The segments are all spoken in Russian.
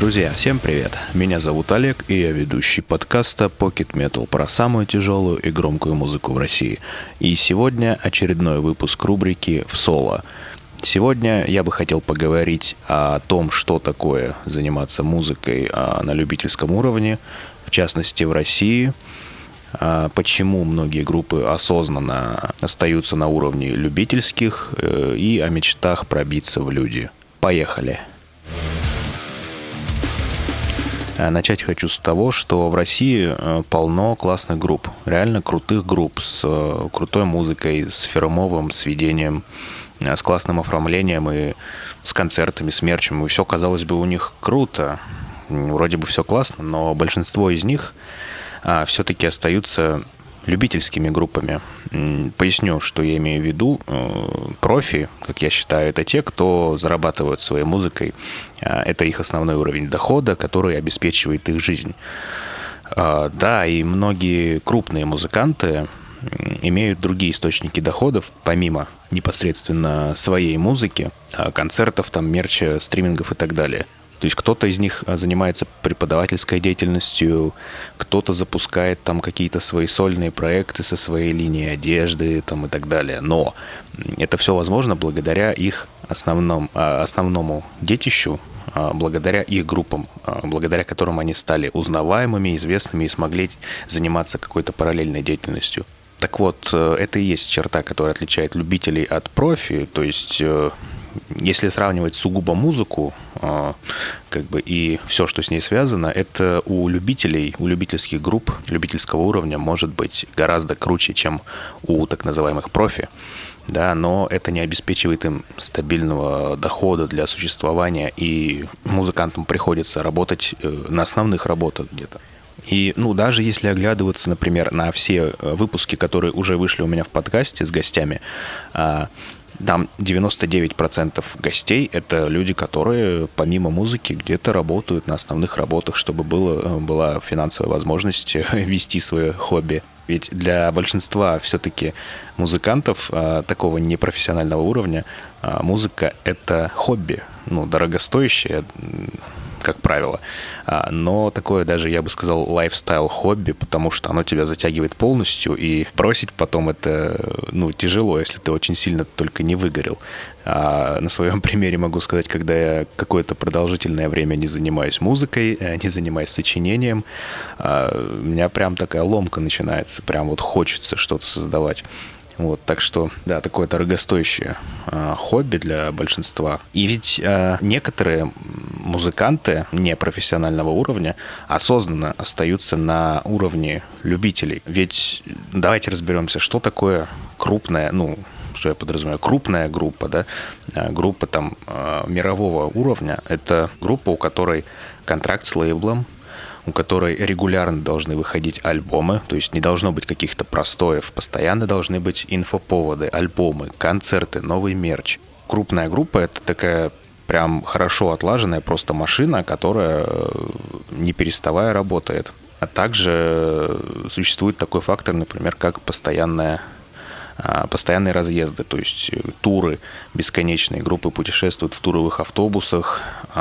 Друзья, всем привет! Меня зовут Олег, и я ведущий подкаста Pocket Metal про самую тяжелую и громкую музыку в России. И сегодня очередной выпуск рубрики «В соло». Сегодня я бы хотел поговорить о том, что такое заниматься музыкой на любительском уровне, в частности в России, почему многие группы осознанно остаются на уровне любительских и о мечтах пробиться в люди. Поехали! Начать хочу с того, что в России полно классных групп, реально крутых групп с крутой музыкой, с фирмовым сведением, с классным оформлением и с концертами, с мерчем. И все, казалось бы, у них круто, вроде бы все классно, но большинство из них все-таки остаются любительскими группами. Поясню, что я имею в виду. Профи, как я считаю, это те, кто зарабатывают своей музыкой. Это их основной уровень дохода, который обеспечивает их жизнь. Да, и многие крупные музыканты имеют другие источники доходов, помимо непосредственно своей музыки, концертов, там, мерча, стримингов и так далее. То есть кто-то из них занимается преподавательской деятельностью, кто-то запускает там какие-то свои сольные проекты со своей линией одежды там, и так далее. Но это все возможно благодаря их основному детищу, благодаря их группам, благодаря которым они стали узнаваемыми, известными и смогли заниматься какой-то параллельной деятельностью. Так вот, это и есть черта, которая отличает любителей от профи, то есть... Если сравнивать сугубо музыку, и все, что с ней связано, это у любителей, у любительских групп, любительского уровня может быть гораздо круче, чем у так называемых профи. Да, но это не обеспечивает им стабильного дохода для существования, и музыкантам приходится работать на основных работах где-то. И, даже если оглядываться, например, на все выпуски, которые уже вышли у меня в подкасте с гостями, там 99% гостей — это люди, которые помимо музыки где-то работают на основных работах, чтобы была финансовая возможность вести свое хобби. Ведь для большинства все-таки музыкантов такого непрофессионального уровня музыка — это хобби, дорогостоящее, как правило, но такое даже, я бы сказал, лайфстайл-хобби, потому что оно тебя затягивает полностью, и бросить потом это, тяжело, если ты очень сильно только не выгорел. На своем примере могу сказать, когда я какое-то продолжительное время не занимаюсь музыкой, не занимаюсь сочинением, у меня прям такая ломка начинается, прям вот хочется что-то создавать. Так что, да, такое дорогостоящее хобби для большинства. И ведь некоторые музыканты непрофессионального уровня осознанно остаются на уровне любителей. Ведь давайте разберемся, что такое крупная, что я подразумеваю, крупная группа, да, группа там мирового уровня. Это группа, у которой контракт с лейблом, у которой регулярно должны выходить альбомы, то есть не должно быть каких-то простоев, постоянно должны быть инфоповоды, альбомы, концерты, новый мерч. Крупная группа — это такая прям хорошо отлаженная просто машина, которая не переставая работает. А также существует такой фактор, например, как постоянные разъезды, то есть туры бесконечные. Группы путешествуют в туровых автобусах,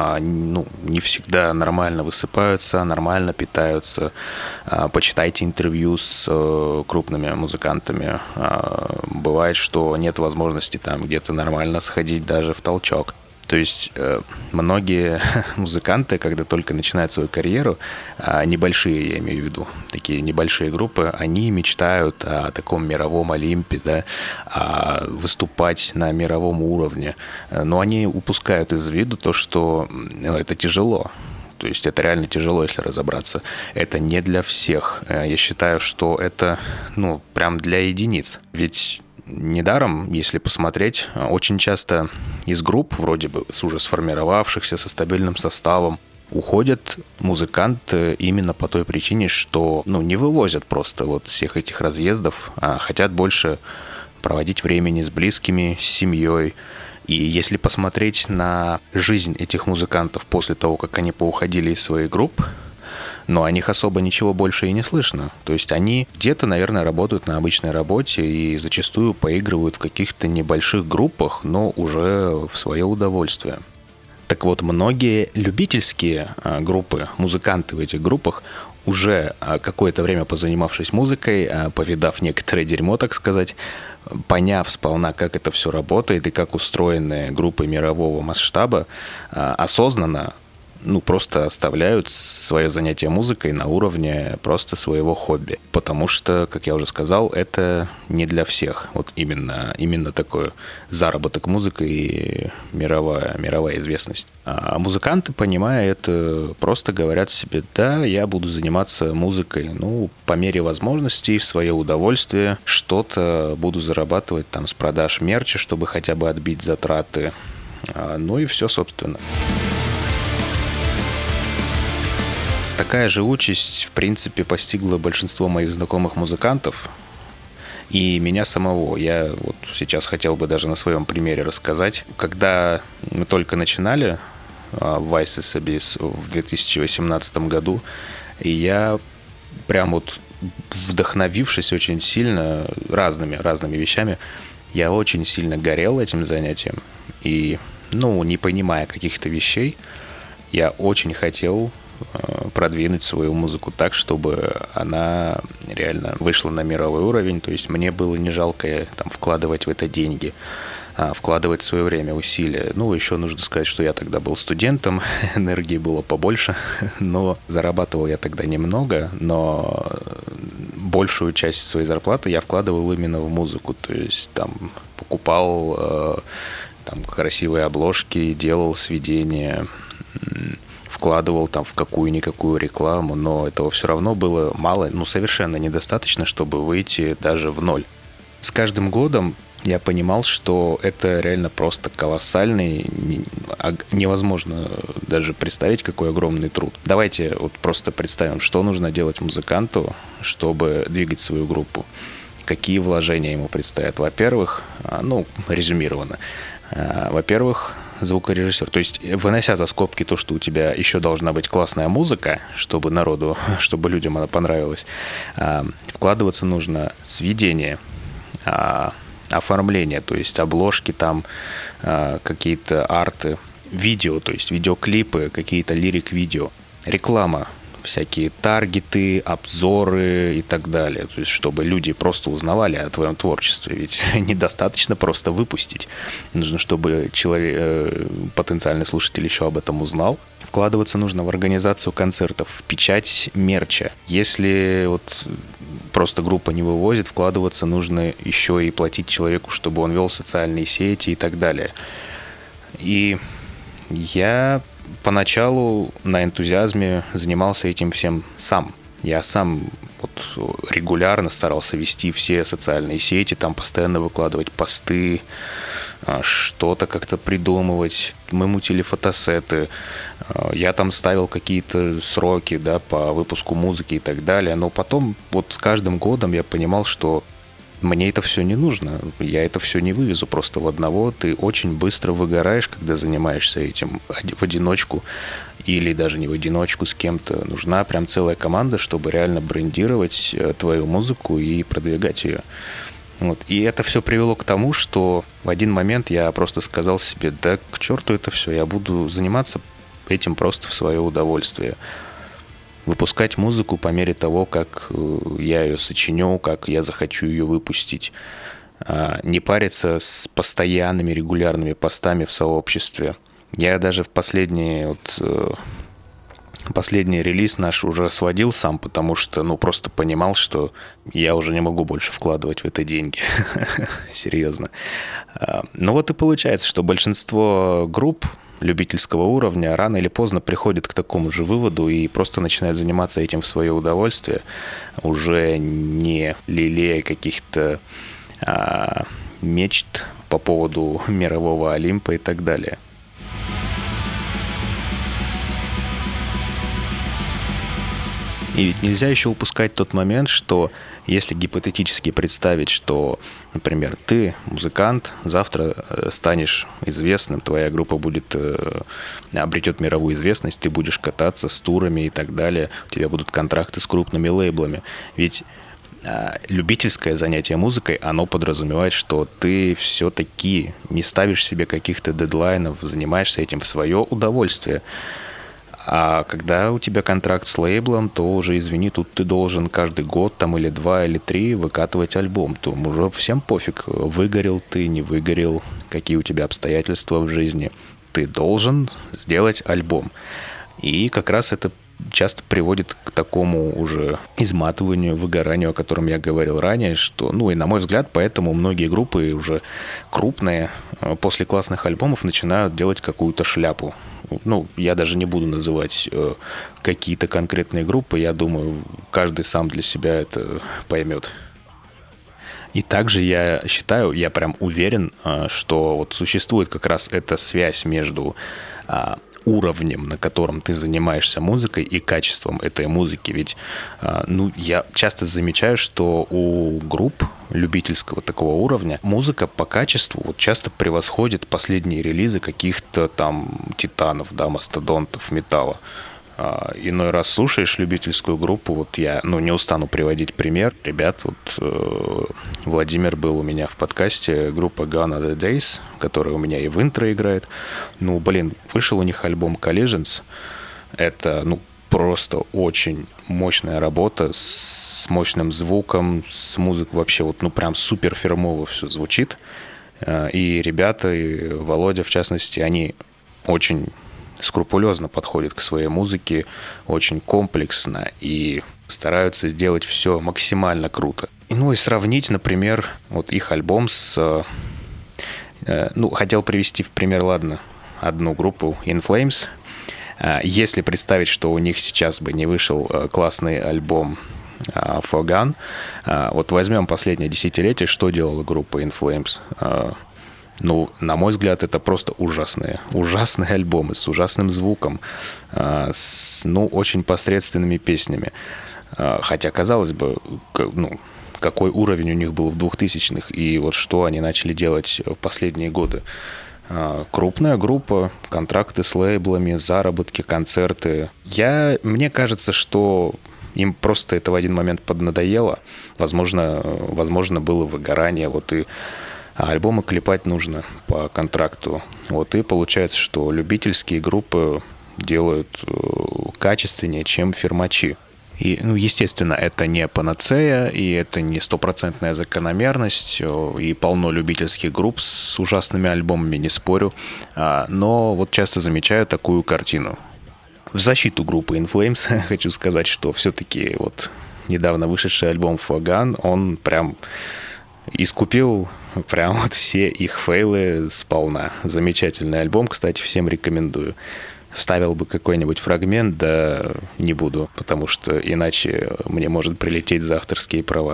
не всегда нормально высыпаются, нормально питаются. Почитайте интервью с крупными музыкантами. Бывает, что нет возможности там где-то нормально сходить даже в толчок. То есть многие музыканты, когда только начинают свою карьеру, небольшие, я имею в виду, такие небольшие группы, они мечтают о таком мировом Олимпе, да, выступать на мировом уровне. Но они упускают из виду то, что это тяжело. То есть это реально тяжело, если разобраться. Это не для всех. Я считаю, что это, прям для единиц. Ведь недаром, если посмотреть, очень часто из групп, вроде бы уже сформировавшихся, со стабильным составом, уходят музыканты именно по той причине, что не вывозят просто всех этих разъездов, а хотят больше проводить времени с близкими, с семьей. И если посмотреть на жизнь этих музыкантов после того, как они поуходили из своих групп, но о них особо ничего больше и не слышно. То есть они где-то, наверное, работают на обычной работе и зачастую поигрывают в каких-то небольших группах, но уже в свое удовольствие. Так вот, многие любительские группы, музыканты в этих группах, уже какое-то время позанимавшись музыкой, повидав некоторое дерьмо, так сказать, поняв сполна, как это все работает и как устроены группы мирового масштаба, осознанно просто оставляют свое занятие музыкой на уровне просто своего хобби. Потому что, как я уже сказал, это не для всех. Вот именно такой заработок музыкой и мировая известность. А музыканты, понимая это, просто говорят себе: да, я буду заниматься музыкой, по мере возможностей, в свое удовольствие. Что-то буду зарабатывать там с продаж мерча, чтобы хотя бы отбить затраты. И все, собственно. Такая же участь, в принципе, постигла большинство моих знакомых музыкантов и меня самого. Я вот сейчас хотел бы даже на своем примере рассказать. Когда мы только начинали в Vices Abyss в 2018 году, и я прям вот вдохновившись очень сильно разными вещами, я очень сильно горел этим занятием. И, не понимая каких-то вещей, я очень хотел продвинуть свою музыку так, чтобы она реально вышла на мировой уровень. То есть мне было не жалко вкладывать в это деньги, вкладывать свое время, усилия. Еще нужно сказать, что я тогда был студентом, энергии было побольше, но зарабатывал я тогда немного, но большую часть своей зарплаты я вкладывал именно в музыку. То есть покупал красивые обложки, делал сведения, вкладывал в какую-никакую рекламу, но этого все равно было мало, совершенно недостаточно, чтобы выйти даже в ноль. С каждым годом я понимал, что это реально просто колоссальный, невозможно даже представить, какой огромный труд. Давайте вот просто представим, что нужно делать музыканту, чтобы двигать свою группу. Какие вложения ему предстоят? Во-первых, резюмировано. Во-первых, звукорежиссер. То есть, вынося за скобки то, что у тебя еще должна быть классная музыка, чтобы чтобы людям она понравилась, вкладываться нужно сведение, оформление, то есть обложки, какие-то арты, видео, то есть видеоклипы, какие-то лирик-видео, реклама, всякие таргеты, обзоры и так далее. То есть, чтобы люди просто узнавали о твоем творчестве. Ведь недостаточно просто выпустить. Нужно, чтобы потенциальный слушатель еще об этом узнал. Вкладываться нужно в организацию концертов, в печать мерча. Если просто группа не вывозит, вкладываться нужно еще и платить человеку, чтобы он вел социальные сети и так далее. И я поначалу на энтузиазме занимался этим всем сам. Я сам регулярно старался вести все социальные сети, постоянно выкладывать посты, что-то как-то придумывать. Мы мутили фотосеты. Я ставил какие-то сроки, по выпуску музыки и так далее. Но потом с каждым годом я понимал, что мне это все не нужно, я это все не вывезу просто в одного. Ты очень быстро выгораешь, когда занимаешься этим в одиночку или даже не в одиночку с кем-то. Нужна прям целая команда, чтобы реально брендировать твою музыку и продвигать ее. И это все привело к тому, что в один момент я просто сказал себе: да к черту это все, я буду заниматься этим просто в свое удовольствие. Выпускать музыку по мере того, как я ее сочиню, как я захочу ее выпустить. Не париться с постоянными регулярными постами в сообществе. Я даже в последний релиз наш уже сводил сам, потому что просто понимал, что я уже не могу больше вкладывать в это деньги. Серьезно. И получается, что большинство групп любительского уровня рано или поздно приходят к такому же выводу и просто начинают заниматься этим в свое удовольствие, уже не лелея каких-то мечт по поводу мирового Олимпа и так далее. И ведь нельзя еще упускать тот момент, что если гипотетически представить, что, например, ты, музыкант, завтра станешь известным, твоя группа обретет мировую известность, ты будешь кататься с турами и так далее, у тебя будут контракты с крупными лейблами. Ведь любительское занятие музыкой, оно подразумевает, что ты все-таки не ставишь себе каких-то дедлайнов, занимаешься этим в свое удовольствие. А когда у тебя контракт с лейблом, то уже, извини, тут ты должен каждый год там или 2, или 3 выкатывать альбом. То уже всем пофиг, выгорел ты, не выгорел, какие у тебя обстоятельства в жизни. Ты должен сделать альбом. И как раз это часто приводит к такому уже изматыванию, выгоранию, о котором я говорил ранее, что, и на мой взгляд, поэтому многие группы уже крупные после классных альбомов начинают делать какую-то шляпу. Я даже не буду называть какие-то конкретные группы, я думаю, каждый сам для себя это поймет. И также я считаю, я прям уверен, что вот существует как раз эта связь между уровнем, на котором ты занимаешься музыкой, и качеством этой музыки. Ведь я часто замечаю, что у групп любительского такого уровня музыка по качеству вот часто превосходит последние релизы каких-то там титанов, мастодонтов металла. Иной раз слушаешь любительскую группу, вот я, не устану приводить пример. Ребят, Владимир был у меня в подкасте, группа Gone Are the Days, которая у меня и в интро играет. Вышел у них альбом Collisions. Это, просто очень мощная работа с мощным звуком, с музыкой вообще, прям супер фирмово все звучит. И ребята, и Володя, в частности, они очень скрупулезно подходят к своей музыке, очень комплексно и стараются сделать все максимально круто. И сравнить, например, их альбом с... хотел привести в пример, одну группу In Flames. Если представить, что у них сейчас бы не вышел классный альбом For Gun, возьмем последнее десятилетие, что делала группа In Flames? На мой взгляд, это просто ужасные альбомы с ужасным звуком, с, очень посредственными песнями. Хотя, казалось бы, какой уровень у них был в 2000-х, и что они начали делать в последние годы. Крупная группа, контракты с лейблами, заработки, концерты. Мне кажется, что им просто это в один момент поднадоело. Возможно, было выгорание, и альбомы клепать нужно по контракту. И получается, что любительские группы делают качественнее, чем фирмачи. И, естественно, это не панацея, и это не стопроцентная закономерность, и полно любительских групп с ужасными альбомами, не спорю. Но часто замечаю такую картину. В защиту группы In Flames хочу сказать, что все-таки недавно вышедший альбом For Gun, он прям искупил все их фейлы сполна. Замечательный альбом, кстати, всем рекомендую. Вставил бы какой-нибудь фрагмент, да не буду, потому что иначе мне может прилететь за авторские права.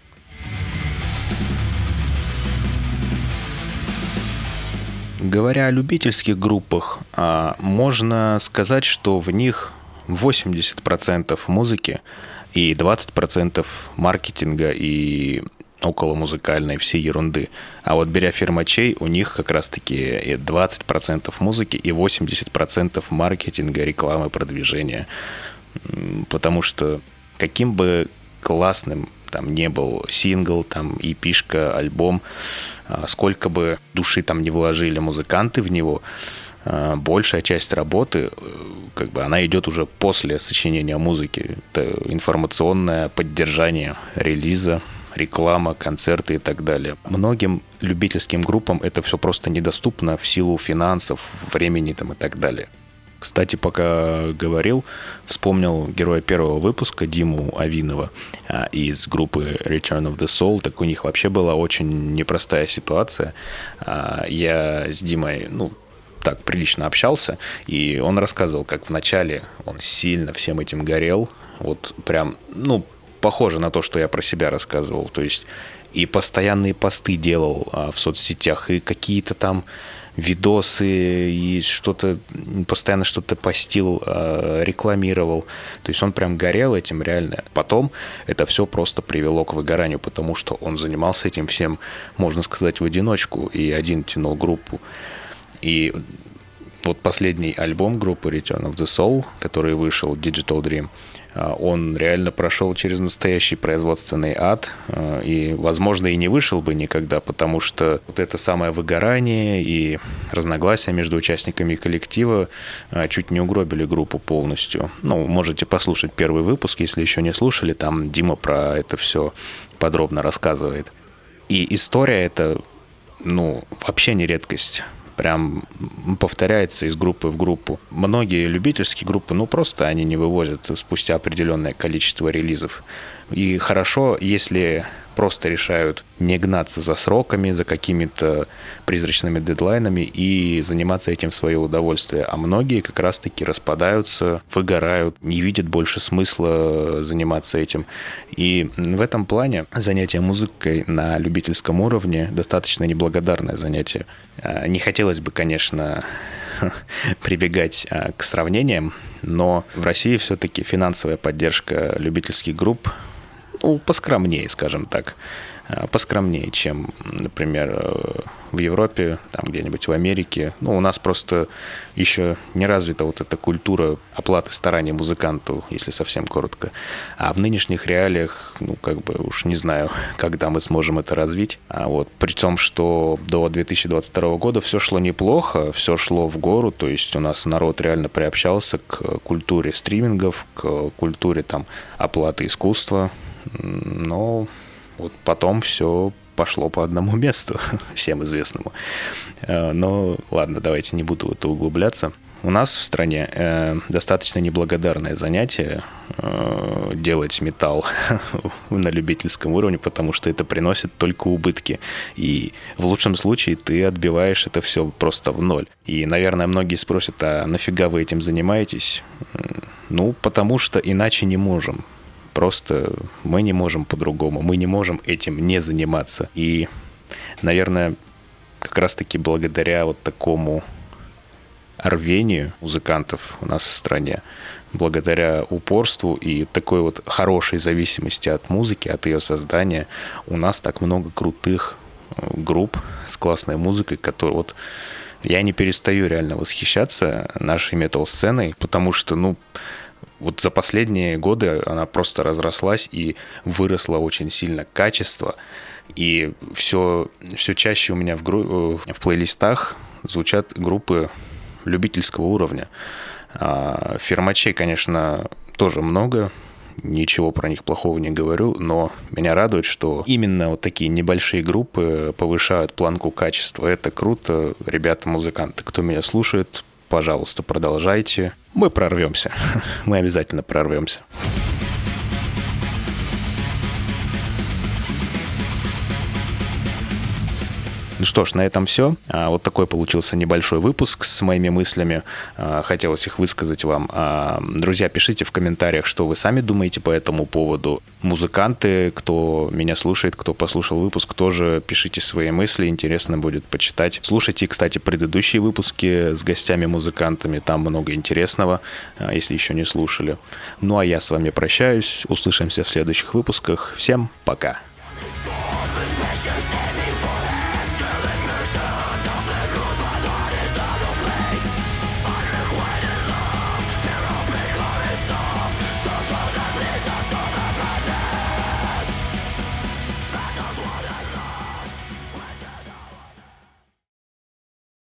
Говоря о любительских группах, можно сказать, что в них 80% музыки и 20% маркетинга и околомузыкальной всей ерунды. А беря фирмачей, у них как раз-таки 20% музыки и 80% маркетинга, рекламы, продвижения. Потому что каким бы классным там не был сингл, там EP-шка, альбом, сколько бы души там не вложили музыканты в него, большая часть работы, она идет уже после сочинения музыки. Это информационное поддержание релиза, реклама, концерты и так далее. Многим любительским группам это все просто недоступно в силу финансов, времени и так далее. Кстати, пока говорил, вспомнил героя первого выпуска Диму Авинова из группы Return of the Soul. Так у них вообще была очень непростая ситуация. Я с Димой, так прилично общался, и он рассказывал, как вначале он сильно всем этим горел. Прям, похоже на то, что я про себя рассказывал. То есть и постоянные посты делал в соцсетях, и какие-то там видосы, и постоянно что-то постил, рекламировал. То есть он прям горел этим реально. Потом это все просто привело к выгоранию, потому что он занимался этим всем, можно сказать, в одиночку, и один тянул группу. И последний альбом группы Return of the Soul, который вышел, Digital Dream, Он реально прошел через настоящий производственный ад и, возможно, и не вышел бы никогда, потому что вот это самое выгорание и разногласия между участниками коллектива чуть не угробили группу полностью. Ну, можете послушать первый выпуск, если еще не слушали, там Дима про это все подробно рассказывает. И история эта, вообще не редкость. Прям повторяется из группы в группу. Многие любительские группы, просто они не вывозят спустя определенное количество релизов. И хорошо, если просто решают не гнаться за сроками, за какими-то призрачными дедлайнами и заниматься этим в свое удовольствие. А многие как раз-таки распадаются, выгорают, не видят больше смысла заниматься этим. И в этом плане занятие музыкой на любительском уровне достаточно неблагодарное занятие. Не хотелось бы, конечно, прибегать к сравнениям, но в России все-таки финансовая поддержка любительских групп поскромнее, скажем так, поскромнее, чем, например, в Европе, там где-нибудь в Америке. У нас просто еще не развита вот эта культура оплаты стараний музыканту, если совсем коротко. А в нынешних реалиях, уж не знаю, когда мы сможем это развить. При том, что до 2022 года все шло неплохо, все шло в гору, то есть у нас народ реально приобщался к культуре стримингов, к культуре оплаты искусства. Но потом все пошло по одному месту, всем известному. Но ладно, давайте не буду в это углубляться. У нас в стране достаточно неблагодарное занятие делать металл на любительском уровне, потому что это приносит только убытки. И в лучшем случае ты отбиваешь это все просто в ноль. И, наверное, многие спросят, а нафига вы этим занимаетесь? Потому что иначе не можем. Просто мы не можем по-другому, мы не можем этим не заниматься. И, наверное, как раз-таки благодаря такому рвению музыкантов у нас в стране, благодаря упорству и такой хорошей зависимости от музыки, от ее создания, у нас так много крутых групп с классной музыкой, которые я не перестаю реально восхищаться нашей метал-сценой, потому что, за последние годы она просто разрослась и выросло очень сильно качество. И все чаще у меня в плейлистах звучат группы любительского уровня. Фермачей, конечно, тоже много. Ничего про них плохого не говорю, но меня радует, что именно такие небольшие группы повышают планку качества. Это круто. Ребята-музыканты, кто меня слушает, пожалуйста, продолжайте. Мы прорвемся. Мы обязательно прорвемся. Ну что ж, на этом все. Вот такой получился небольшой выпуск с моими мыслями. Хотелось их высказать вам. Друзья, пишите в комментариях, что вы сами думаете по этому поводу. Музыканты, кто меня слушает, кто послушал выпуск, тоже пишите свои мысли. Интересно будет почитать. Слушайте, кстати, предыдущие выпуски с гостями-музыкантами. Там много интересного, если еще не слушали. Ну а я с вами прощаюсь. Услышимся в следующих выпусках. Всем пока.